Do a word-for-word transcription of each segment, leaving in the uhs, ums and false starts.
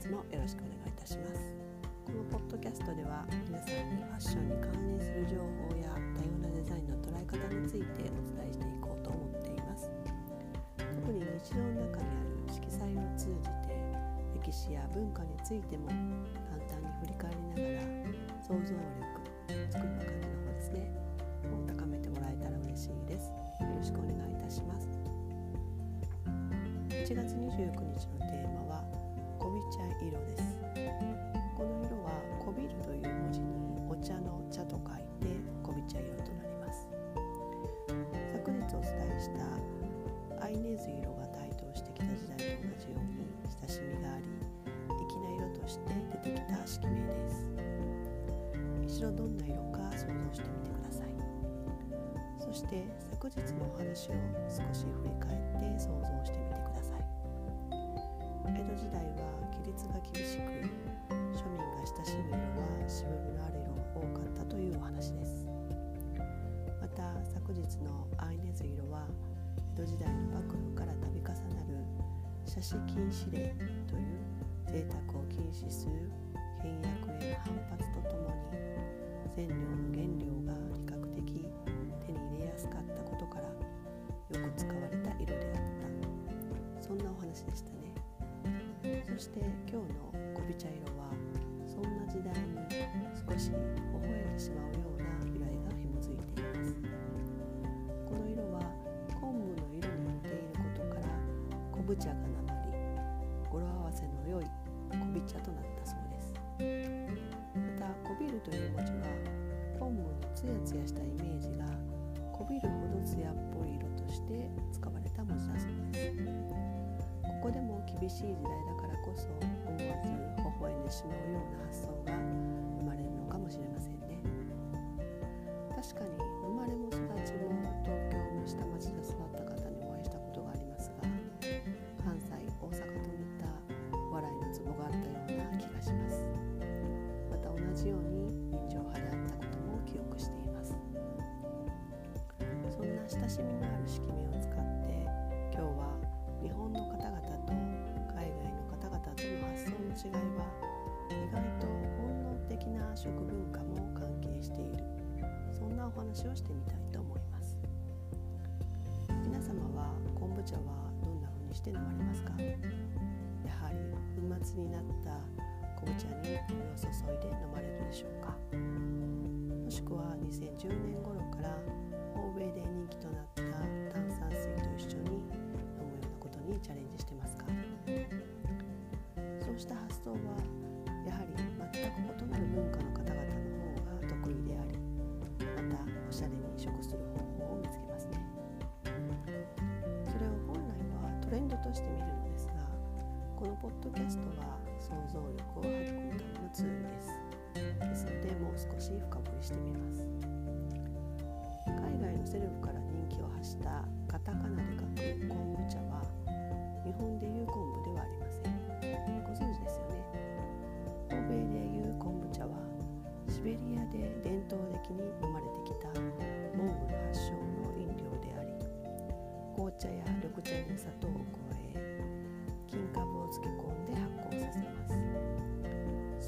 日もよろしくお願いいたします。このポッドキャストでは皆さんにファッションに関連する情報や多様なデザインの捉え方についてお伝えしていこうと思っています。特に日常の中にある色彩を通じて歴史や文化についても簡単に振り返りながら想像力、作りの感じの方ですねを高めてもらえたら嬉しいです。よろしくお願いいたします。いちがつにじゅうくにちのテーマはこび茶色です。この色はこびるという文字にお茶の茶と書いてこび茶色となります。昨日お伝えしたアイネズ色が台頭してきた時代と同じように親しみがあり粋な色として出てきた色名です。一度どんな色か想像してみてください。そして昨日のお話を少し振り返って想像してみてください。江戸時代は規律が厳しく庶民が親しむ色は渋みのある色が多かったというお話です。また昨日のアイネズ色は江戸時代の幕府から度重なる奢侈禁止令という贅沢を禁止する倹約への反発とともに染料の原料が比較的手に入れやすかったことからよく使われた色であった、そんなお話でしたね。そして今日のこび茶色はそんな時代に少し微笑んでしまうような由来が紐づいています。この色は昆布の色に似ていることから昆布茶がなまり語呂合わせの良いこび茶となったそうです。またこびるという文字は昆布のツヤツヤしたイメージがこびるほど艶っぽい色として使われた文字だそうです。ここでも厳しい時代だからこそ思わず微笑んでしまうような発想が生まれるのかもしれませんね。確かに生まれも育ちも東京の下町で育った方にお会いしたことがありますが、関西、大阪といった笑いのツボがあったような気がします。また同じように人情派であったことも記憶しています。そんな親しみのある色名を使って今日は日本の方々と海外の方々との発想の違いは意外と本能的な食文化も関係している、そんなお話をしてみたいと思います。皆様は昆布茶はどんな風にして飲まれますか？やはり粉末になった昆布茶にお湯を注いで飲まれるでしょうか？もしくはにせんじゅうねん頃から欧米で人気となった炭酸水と一緒に飲むようなことにチャレンジしてますか？そうした発想はやはり全く異なる文化の方々の方が得意であり、またおしゃれに食する方法を見つけますね。それを本来はトレンドとして見るのですが、このポッドキャストは想像力を育むためのツールです。ですのでもう少し深掘りしてみます。海外のセレブから人気を発したカタカナで書く昆布茶は日本でいう昆布ではありません。ご存知ですよね。欧米でいう昆布茶はシベリアで伝統的に飲まれてきたモンゴル発祥の飲料であり、紅茶や緑茶に砂糖を加え金株を漬け込んで発酵させます。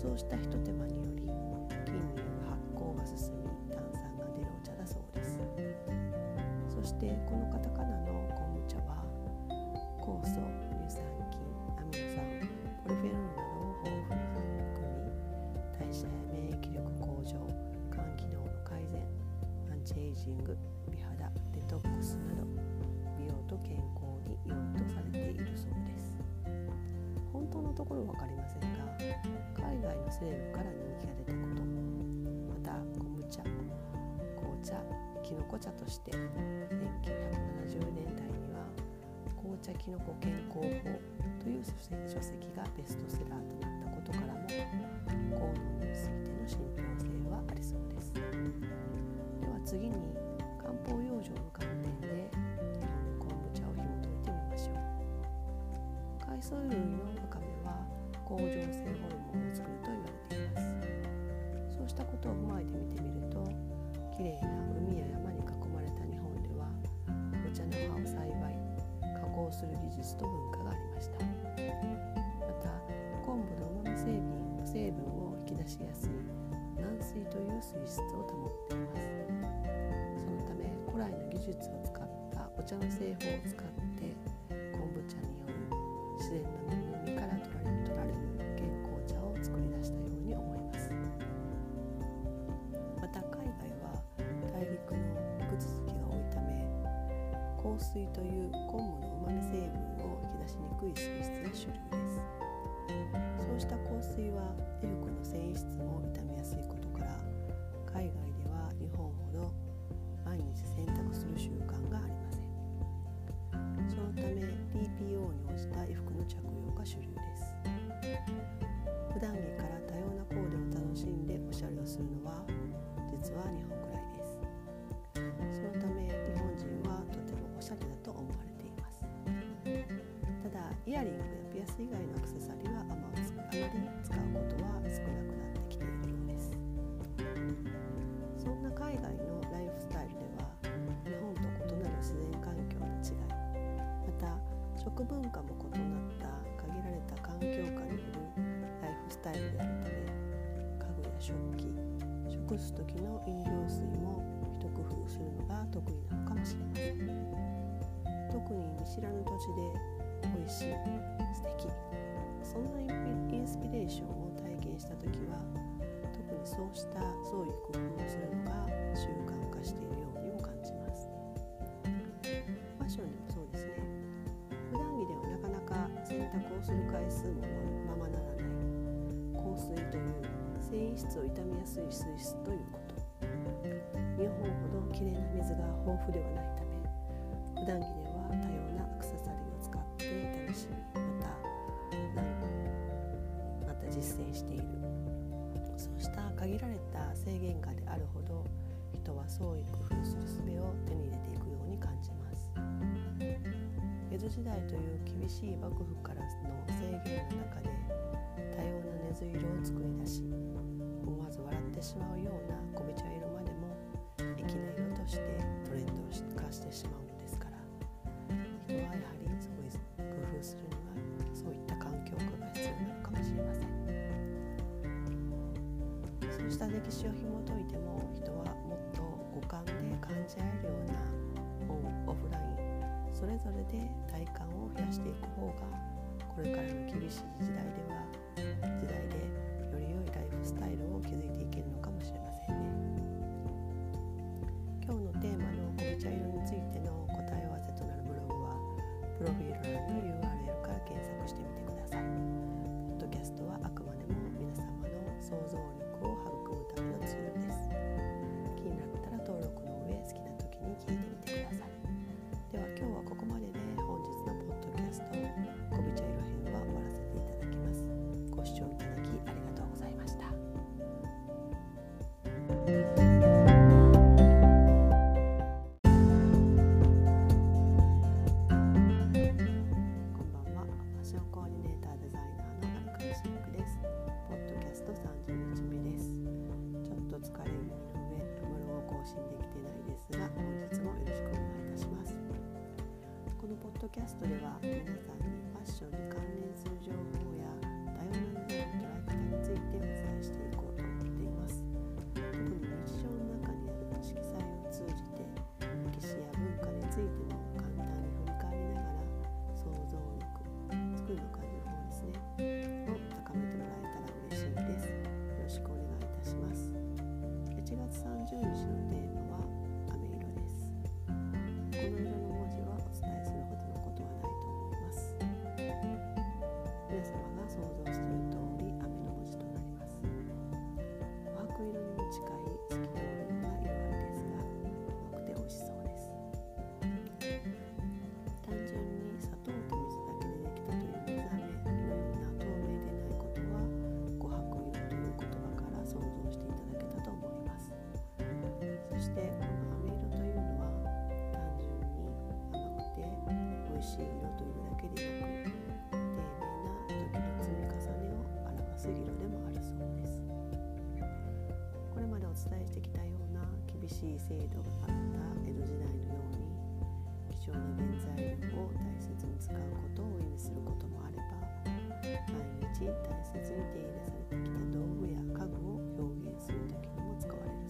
そうしたひと手間により菌による発酵が進み炭酸が出るお茶だそうです。そしてこのカタカナの昆布茶は酵素、乳酸菌、アミノ酸、ポリフェノールなどを豊富に含み、代謝や免疫力向上、肝機能の改善、アンチエイジング、美肌、デトックスなど美容と健康に良いとされているそうです。本当のところわかりませんが、海外のセレブから人気が出たこと、また昆布茶、紅茶、きのこ茶としてせんきゅうひゃくななじゅうねんだいには紅茶きのこ健康法という書籍がベストセラーとなったことからも効能についての信憑性はありそうです。では次に漢方養生の観点で日本の昆布茶を紐解いてみましょう。海藻類のわかめは甲状腺ホルモンを作ると言われています。そうしたことを踏まえて見てみると、きれいな海や山に囲まれた日本ではお茶の葉を栽培、加工する技術と文化がありました。また昆布のう水質を保っています。そのため古来の技術を使ったお茶の製法を使って昆布茶による自然な恵みから取られる、取られる健康茶を作り出したように思います。また海外は大陸の陸続きが多いため硬水という昆布のうまみ成分を引き出しにくい水質が主流です。そうした硬水は衣服の繊維質も傷みやすいことから海外では日本ほど毎日洗濯する習慣がありません。そのため ティーピーオー に応じた衣服の着用が主流です。普段着から多様なコーデを楽しんでおしゃれをするのは実は日本くらいです。そのため日本人はとてもおしゃれだと思われています。ただイヤリングやピアス以外のアクセサリーはあまり使うことは少なくなってきているようです。そんな海外のライフスタイルでは日本と異なる自然環境の違い、また食文化も異なった限られた環境下によるライフスタイルであるため家具や食器、食す時の飲料水も一工夫するのが得意なのかもしれません。特に見知らぬ土地で美味しい、素敵、そんなインスピレーションを体験したときは特にそうした創意工夫をするのが習慣化しているようにも感じます。ファッションでもそうですね。普段着ではなかなか洗濯をする回数もままならない硬水という繊維質を傷みやすい水質ということ、日本ほどきれいな水が豊富ではないため普段着では多様なアクセサリーを使って楽しみ、またまた実践している。そうした限られた制限下であるほど人は創意工夫する術を手に入れていくように感じます。江戸時代という厳しい幕府からの制限の中で多様な根津色を作り出し、思わず笑ってしまうような昆布茶色までも粋な色としてトレンド化してしまうのですから、人はやはりそういう工夫するにはそういった環境下が必要なのかもしれません。そうした歴史を紐解いても人はもっと五感で感じ合えるようなオン・オフラインそれぞれで体感を増やしていく方がこれからの厳しい時代では時代でより良いライフスタイルを築いていけるのかもしれませんね。今日のテーマの昆布茶色についての答え合わせとなるブログはプロフィール欄の ユーアールエル から検索してみてください。ポッドキャストはあくまでも皆様の想像力を育むためのツールです。気になったら登録の上好きな時に聞いてみてください。では今日はここまでで本日のポッドキャスト昆布茶色編は終わらせていただきます。ご視聴いただきありがとうございました。こんばんは。ファッションコーディネーターデザイナーのアルカミシックです。ポッドキャストさんじゅうにちめです。ちょっと疲れ気味の上ブログを更新できてないですが本日もよろしくお願いいたします。このポッドキャストでは皆さんにファッションに関連する情報や多様なデザインの捉え方についてお伝えしていこうと思っています。特に日常の中にある色彩を通じて歴史や文化についても簡単に振り返りながら想像力、作るの感じの方ですねを高めてもらえたら嬉しいです。よろしくお願いいたします。いちがつさんじゅうにちのテーマは飴色です。この色の文字はお伝えするほどのことはないと思います。皆様が想像している通り飴の文字となります。琥珀色にも近い透き通るような色合いですが甘くて美味しそうです。単純に砂糖と水だけでできたという水飴のような透明でないことは琥珀色という言葉から想像していただけたと思います。そしてこの飴色というのは単純に甘くて美味しい色というだけでなく丁寧な時の積み重ねを表す色でもあるそうです。これまでお伝えしてきたような厳しい制度があった江戸時代のように貴重な原材料を大切に使うことを意味することもあれば毎日大切に手入れされてきた道具や家具を表現する時にも使われる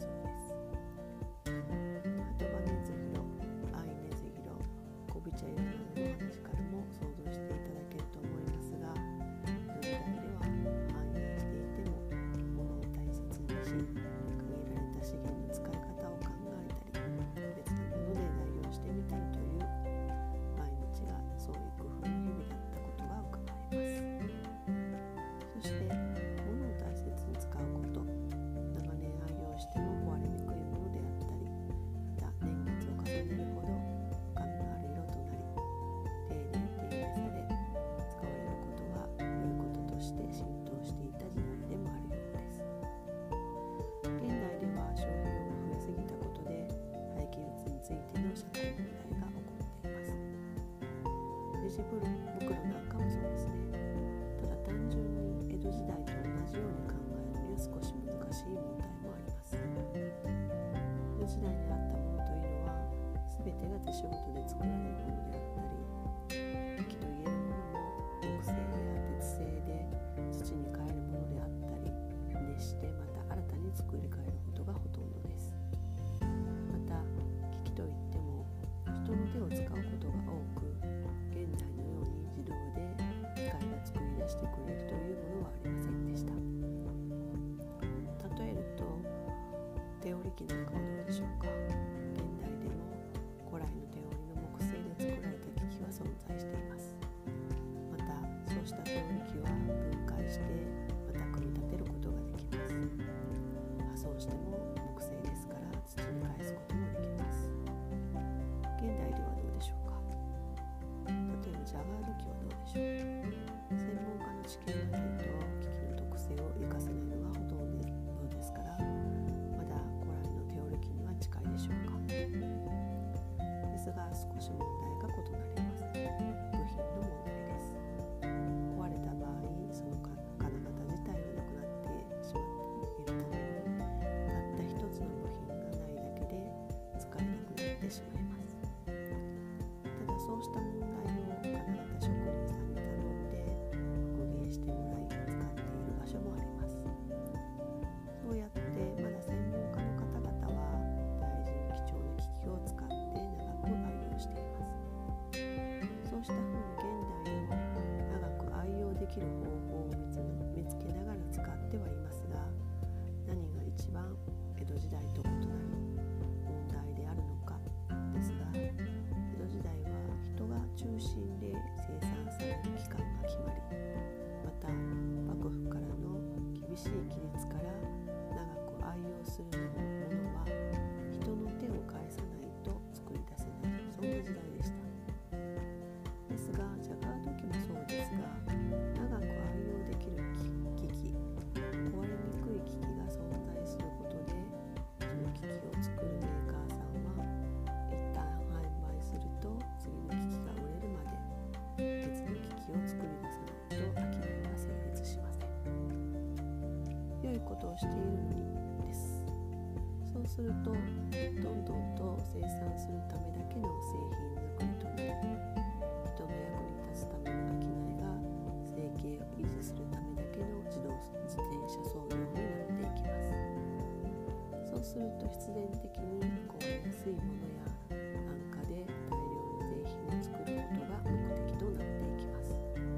地袋なんかもそうですね。ただ単純に江戸時代と同じように考えるには少し難しい問題もあります。江戸時代にあったものというのは全てが手仕事で作られるものであったり、木といえるものも木製や鉄製で土に変えるものであったり、熱してまた新たに作り変えることがほとんどです。また機器といっても人の手を使うことが多く、現代のように自動で機械が作り出してくれるというものはありませんでした。例えると手織り機なんかはどうでしょうか。現代でも古来の手織りの木製で作られた機器は存在しています。またそうした手織り機は分解してまた組み立てることができます。破損しても木製ですから土に返すこともできます。現代ではどうでしょうか。例えばジャガード機はどうでしょう。専門家の知見がないと機器の特性を生かせないのがほとんどですから、まだ古来の手織り機には近いでしょうか。ですが少し問題が異なります。部品の問題です。壊れた場合、その金型自体がなくなってしまっているために、たった一つの部品がないだけで使えなくなってしまいます。ただそうした問題を金型職人さんに頼んで復元してもらい使っている場所もあります。そうやってまだ専門家の方々は大事に貴重な機器を使って長く愛用しています。そうしたふうに現代でも長く愛用できる方法を見つけながら使ってはいますが、何が一番江戸時代と異なる問題であるのかですが、江戸時代は人が中心で生産される期間が決まり、また幕府からの厳しい規律から長く愛用するものは人の手を介さないと作り出せない、そんな時代でした。ですがジャガード機もそうですが、長く愛用できる機器、壊れにくい機器が存在することで、その機器を作るメーカーさんは一旦販売すると次の機器が売れるまで別の機器を作り出さないと商いは成立しません。良いことをしているのにです。そうするとどんどんと生産するためだけの製品作りとなり、人の役に立つための商いが生計を維持するためだけの自動自転車操業になっていきます。そうすると必然的に壊れやすいものや安価で大量の製品を作ることが目的となっていきます。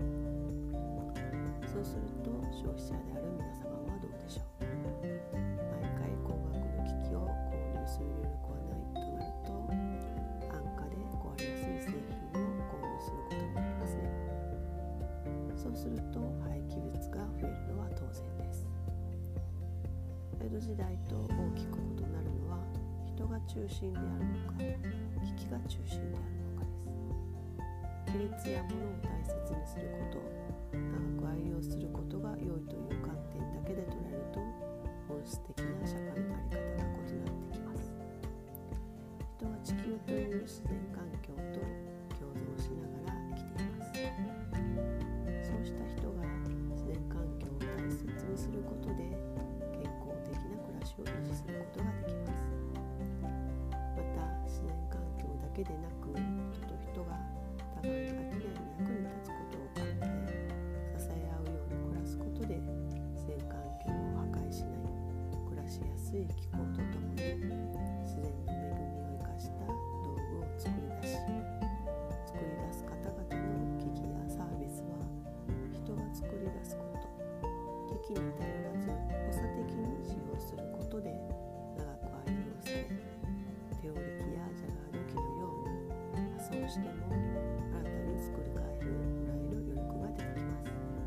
そうすると消費者である皆様はどうでしょう。毎回高額の機器を購入する余力はないとなると、安価で壊れやすい製品を購入することになりますね。そうすると廃棄物が増えるのは当然です。江戸時代と大きく異なるのは、人が中心であるのか、機器が中心であるのかです。規律や物を大切にすること、長く愛用することが良いという観点だけで捉えると、本質的な社会の在り方が異なってきます。人は地球という自然環境と共存しながら生きています。そうした人が自然環境を大切にすることで健康的な暮らしを維持することができます。また自然環境だけでなく、人と人が互いの商いの役に立つことを考え、支え合うように暮らすことで自然環境を破壊しない、暮らしやすい気候とともに自然の恵みを生かした道具を作り出し、作り出す方々の機器やサービスは人が作り出すこと、機器に頼らず補佐的に使用することで長く愛用され、手織り機やジャガード機のように破損しても新たに作り変えるぐらいの余力が出てきます。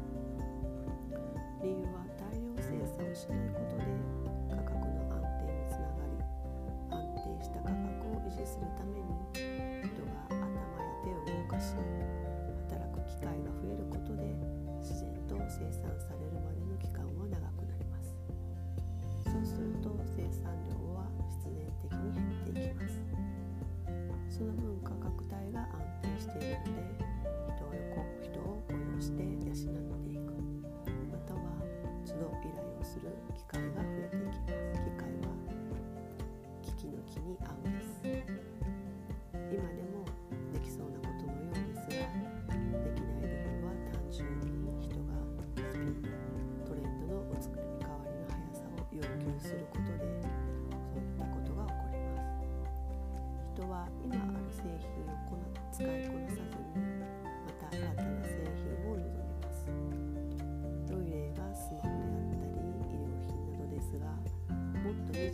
理由は大量生産をしないことで価格の安定につながり、安定した価格を維持するために人が頭や手を動かし、働く機会が増えることで自然と生産されるまでの期間は長くなります。そうすると生産量は必然的に減っていきます。その分価格帯が安定しているので、人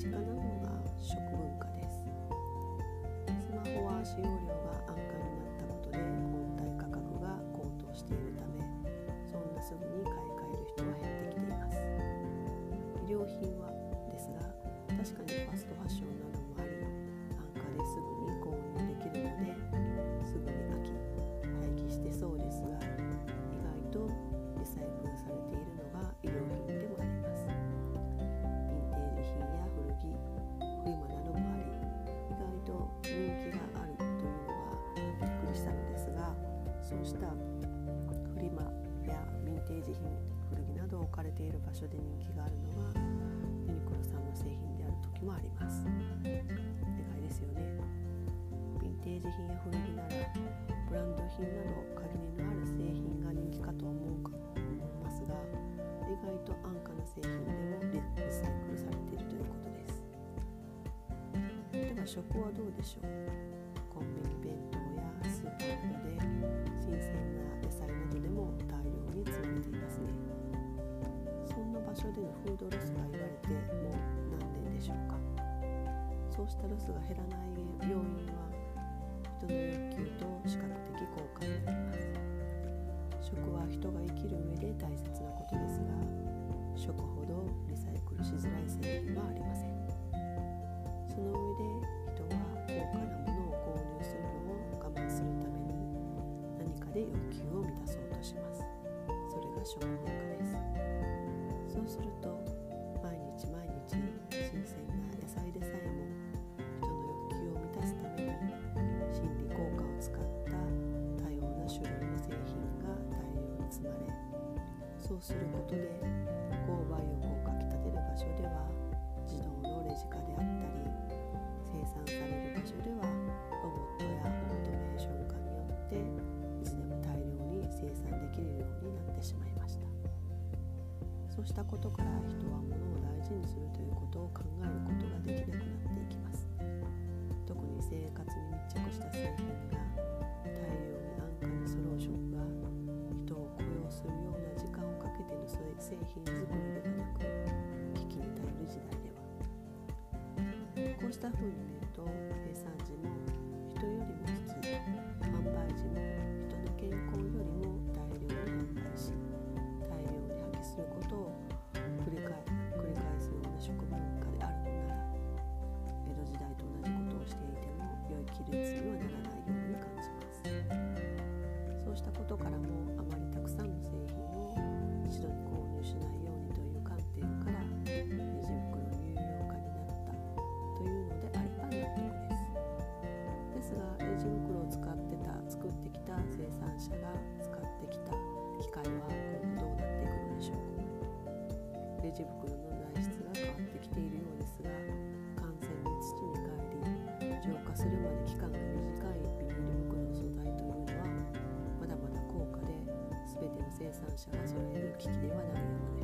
近なのが食文化です。スマホは使用量が安価になったことで本体価格が高騰しているため、そんなすぐに買い替える人は減ってきています。衣料品はですが、確かにファストファッションなどもあり、安価ですぐに購入できるので、すぐに飽き廃棄してそうですが、意外とリサイクルされているのが衣料品でもあります。ヴィンテージ品や古着、フリマなどもあり、意外と人気があるというのがびっくりしたのですが、そうしたフリマやヴィンテージ品、古着など置かれている場所で人気があるのがユニクロさんの製品である時もあります。意外ですよね。ヴィンテージ品や古着ならブランド品など限りのある製品が人気かと思うか思いますが、意外と安価な製品でもリサイクルされているということです。では食はどうでしょう。コンビニ弁当やスーパーなどで新鮮な野菜などでも大量に積まれていますね。そんな場所でのフードロスが言われてもう何年でしょうか。そうしたロスが減らない要因は人の欲求と視覚的効果になります。食は人が生きる上で大切なことですが、食ほどリサイクルしづらい製品はありません。その上で人は高価なものを購入するのを我慢するために何かで欲求を満たそうとします。それが食文化です。そうすると毎日毎日新鮮な野菜でさえも人の欲求を満たすために心理効果を使った多様な種類の製品が大量に積まれ、そうすることで購買欲をかきたてる場所では自動のレジ化であったり、生産される場所ではロボットやオートメーション化によっていつでも大量に生産できるようになってしまいました。そうしたことから人は物を大事にするということを考えることができなくなっていきます。特に生活に密着した製品が大量に安価に揃う食が人を雇用するような時間をかけての製品作りではなく、危機に耐える時代では、こうした風に見ると生産時も人よりも危機、販売時も人の健康よりも大量に販売し、大量に破棄することを繰り返繰り返すような食文化であるのなら、江戸時代と同じことをしていても良い規律にはならないように感じます。そうしたことからも、あまりたくさんの製品を一度に購入しないようにという観点からレジ袋有料化になったというのであれば納得です。ですが、レジ袋を使ってた作ってきた生産者が使ってきた機械は今後どうなっていくのでしょうか。レジ袋の材質が変わってきているようですが、完全に土に帰り浄化するまで期間が短いビニール袋の素材というのはまだまだ高価で、全ての生産者が揃える機器ではないようです。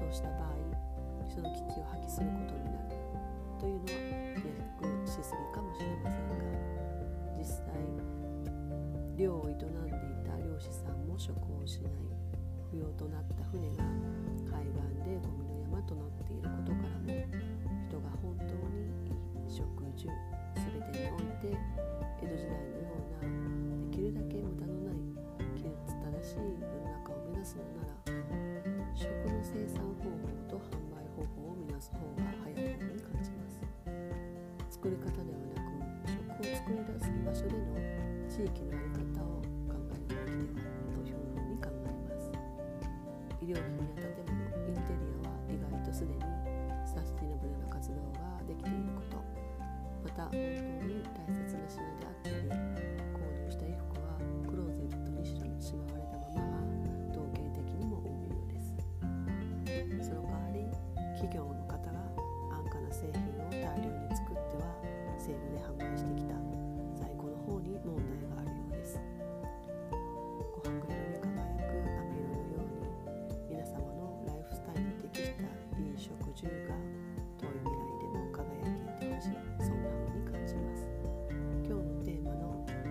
そうした場合、その機器を破棄することになるというのは飛躍しすぎかもしれませんが、実際漁を営んでいた漁師さんも職を失い、不要となった船が海岸でゴミの山となっていることからも、人が本当に衣食住すべてにおいて江戸時代のようなできるだけ無駄のない規律正しい世の中を目指すのなら、食の生産方法と販売方法を見直す方が早いように感じます。作り方ではなく、食を作り出す場所での地域の在り方を考えるべきではというふうに考えます。衣料品や建物、インテリアは意外とすでにサスティナブルな活動ができていること、また本当に大切な品であったり、購入した衣服はクローゼットにしまわれたままが統計的にも多いようです。その代わり企業の方が安価な製品を大量に作ってはセールで販売してきた在庫の方に問題があるようです。琥珀色に輝く飴色のように、皆様のライフスタイルに適した衣食住が遠い未来でも輝いていてほしい、そんな風に感じます。今日のテーマの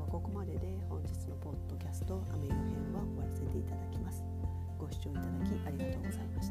はここまでで本日のポッドキャスト雨色編は終わらせていただきます。ご視聴いただきありがとうございました。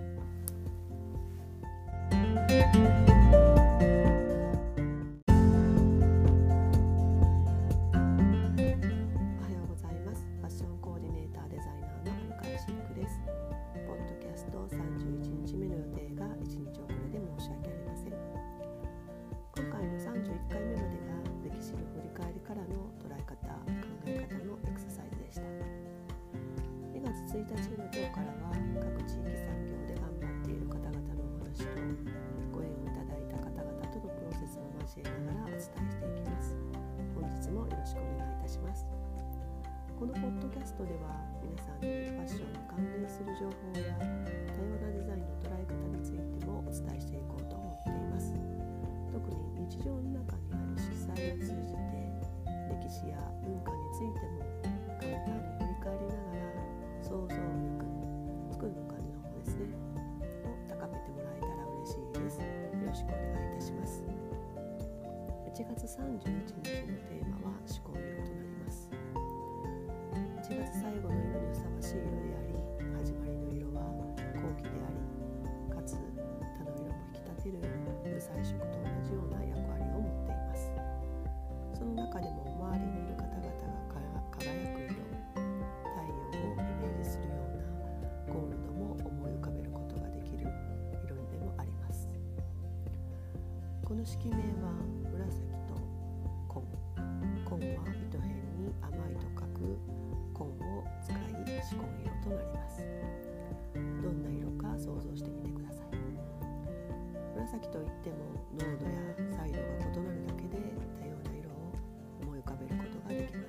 おはようございます。ファッションコーディネーターデザイナーのアルカイシックです。ポッドキャストさんじゅういちにちめの予定がいちにち遅れで申し訳ありません。今回のさんじゅういっかいめまでが歴史の振り返りからの捉え方、考え方のエクササイズでした。にがつついたちの今日からは各地域産業で頑張っている方々のお話とご縁をいただいた方々とのプロセスを交えながらお伝えしていきます。本日もよろしくお願いいたします。このポッドキャストでは皆さんにファッションに関連する情報や多様なデザインの捉え方についてもお伝えしていこうと思っています。特に日常の中にある色彩を通じて歴史や文化についても簡単に振り返りながら想像力、作るの感じの方ですねを高めてもらえたら嬉しいです。よろしくお願いいたします。いちがつさんじゅういちにちのテーマは仕込み色となります。いちがつ最後の色にふさわしい色であり、始まりの色は後期であり、かつ他の色も引き立てる無彩色と同じような役割を持っています。その中でも周りにいる方々が輝く色、太陽をイメージするようなゴールドも思い浮かべることができる色でもあります。この色名は紫と紺、紺は糸辺に甘いと書く紺を使い仕込み色となります。どんな色か想像してみてください。紫といっても濃度や彩度が異なるだけで多様な色を思い浮かべることができます。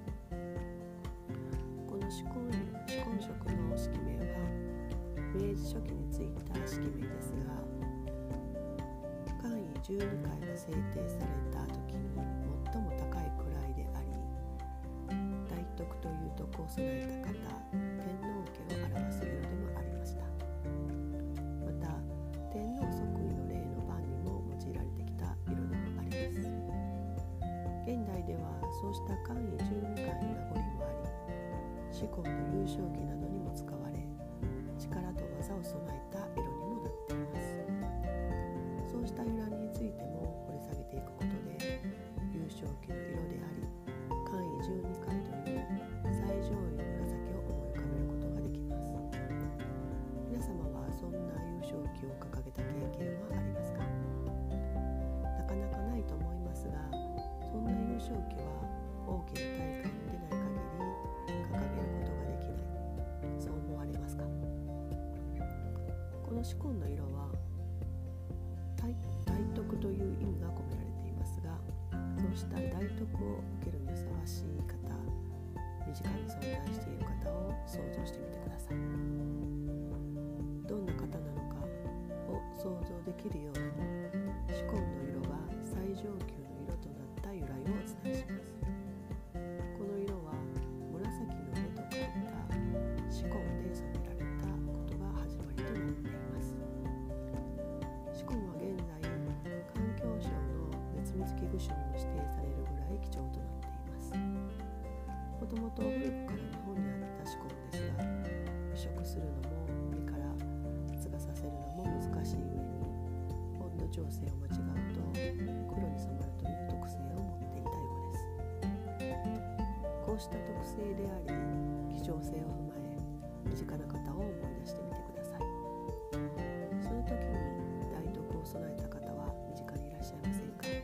この仕込み仕込色の色名は明治初期についた色名ですが、官位じゅうにかいが制定された時に最も高い位であり、大徳という徳を備えた方、天皇家を表す色でもありました。また天皇即位の例の版にも用いられてきた色でもあります。現代ではそうした官位じゅうにかいの名残もあり、紫紺の優勝旗などにも使われ、力と技を備えた色にもなっています。そうした由来についても掘り下げていくことで、優勝旗の色であり、官位じゅうにかいという最上位の紫を思い浮かべることができます。皆様はそんな優勝旗を掲げた経験はありますか？なかなかないと思いますが、そんな優勝旗は大きな大会に出ない限り掲げることができない、そう思われますか？この紫紺の色は大徳という意味が込められていますが、そうした大徳を受けるにふさわしい方、身近に存在している方を想像してみてください。どんな方なのかを想像できるように、紫紺の色が最上級の色となった由来をお伝えします。この色は紫の目と書いた紫紺で染められたことが始まりとなっています。紫紺は現在環境省の絶滅危惧種にも指定されるぐらい貴重となっています。もともと古くから日本にあった紫紺ですが、移植するのも目から発芽させるのも難しい上に、温度調整を間違うと黒に染まるという特性を持っていたようです。こうした特性であり希少性を踏まえ、身近な方を思い出してみてください。その時に大徳を備えた方は身近にいらっしゃいませんか？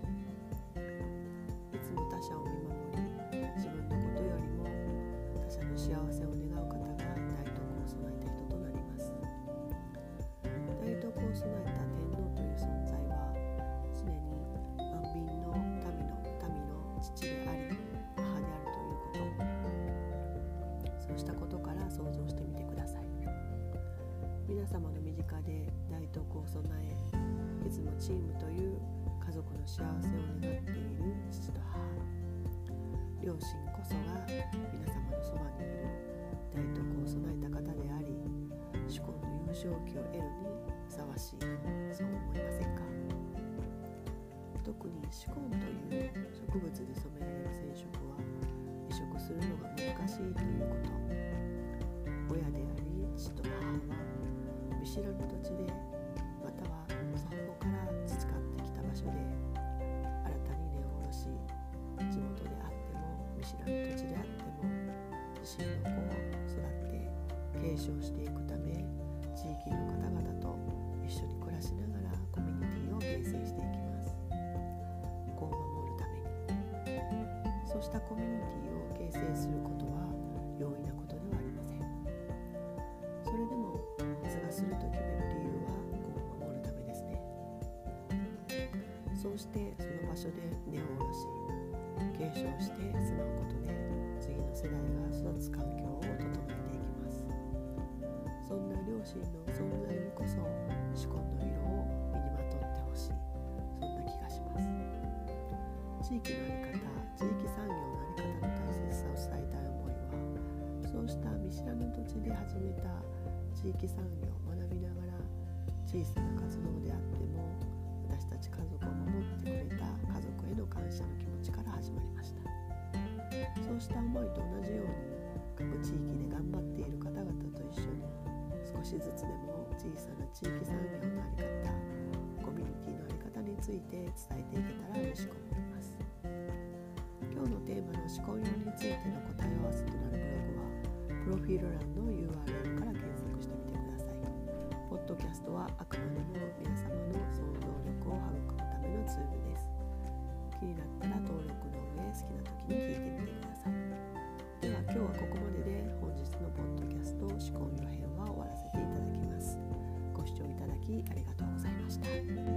いつも他者を見守り、自分のことよりも他者の幸せを願う方が大徳を備えた人となります。大徳を備えた天皇という存在は常に万民の民の民の父であり母であるということ、そうしたことから想像してみてください。皆様の身近で大徳を備え、いつもチームという家族の幸せを願っている父と母、両親こそが皆様のそばにいる大徳を備えた方であり、紫紺の優勝旗を得るにふさわしい、そう思いませんか？特特にシコンという植物で染められる染色は移植するのが難しいということ。親であり父と母は見知らぬ土地で、または祖父母から培ってきた場所で新たに根を下ろし、地元であっても見知らぬ土地であっても自身の子を育って継承していくため、地域の方々と一緒に暮らしながらコミュニティを形成していきます。子を守るために。そうしたコミュニティを形成することは容易なことではありません。それでも発芽すると決める理由は子を守るためですね。そうしてその場所で根を下ろし、継承して住まうことで次の世代が育つ環境を整えていきます。そんな両親の存在にこそシコンの色を身にまとってほしい、そんな気がします。地域の在り方、地域産業の在り方の大切さを伝えたい思いは、そうした見知らぬ土地で始めた地域産業を学びながら、小さな活動であっても私たち家族を守ってくれた家族への感謝の気持ちから始まりました。そうした思いと同じように、各地域で頑張っている方々と一緒に少しずつでも小さな地域産業の在り方、コミュニティの在り方について伝えていけたら嬉しく思います。今日のテーマのシコン色についての答え合わせとなるブログはプロフィール欄の ユーアールエル から検索してみてください。ポッドキャストはあくまでも皆様の想像力を育むためのツールです。気になったら登録の上、好きな時に聞いてみてください。では今日はここまでで本日のポッドキャストシコン色編は終わらせていただきます。ご視聴いただきありがとうございました。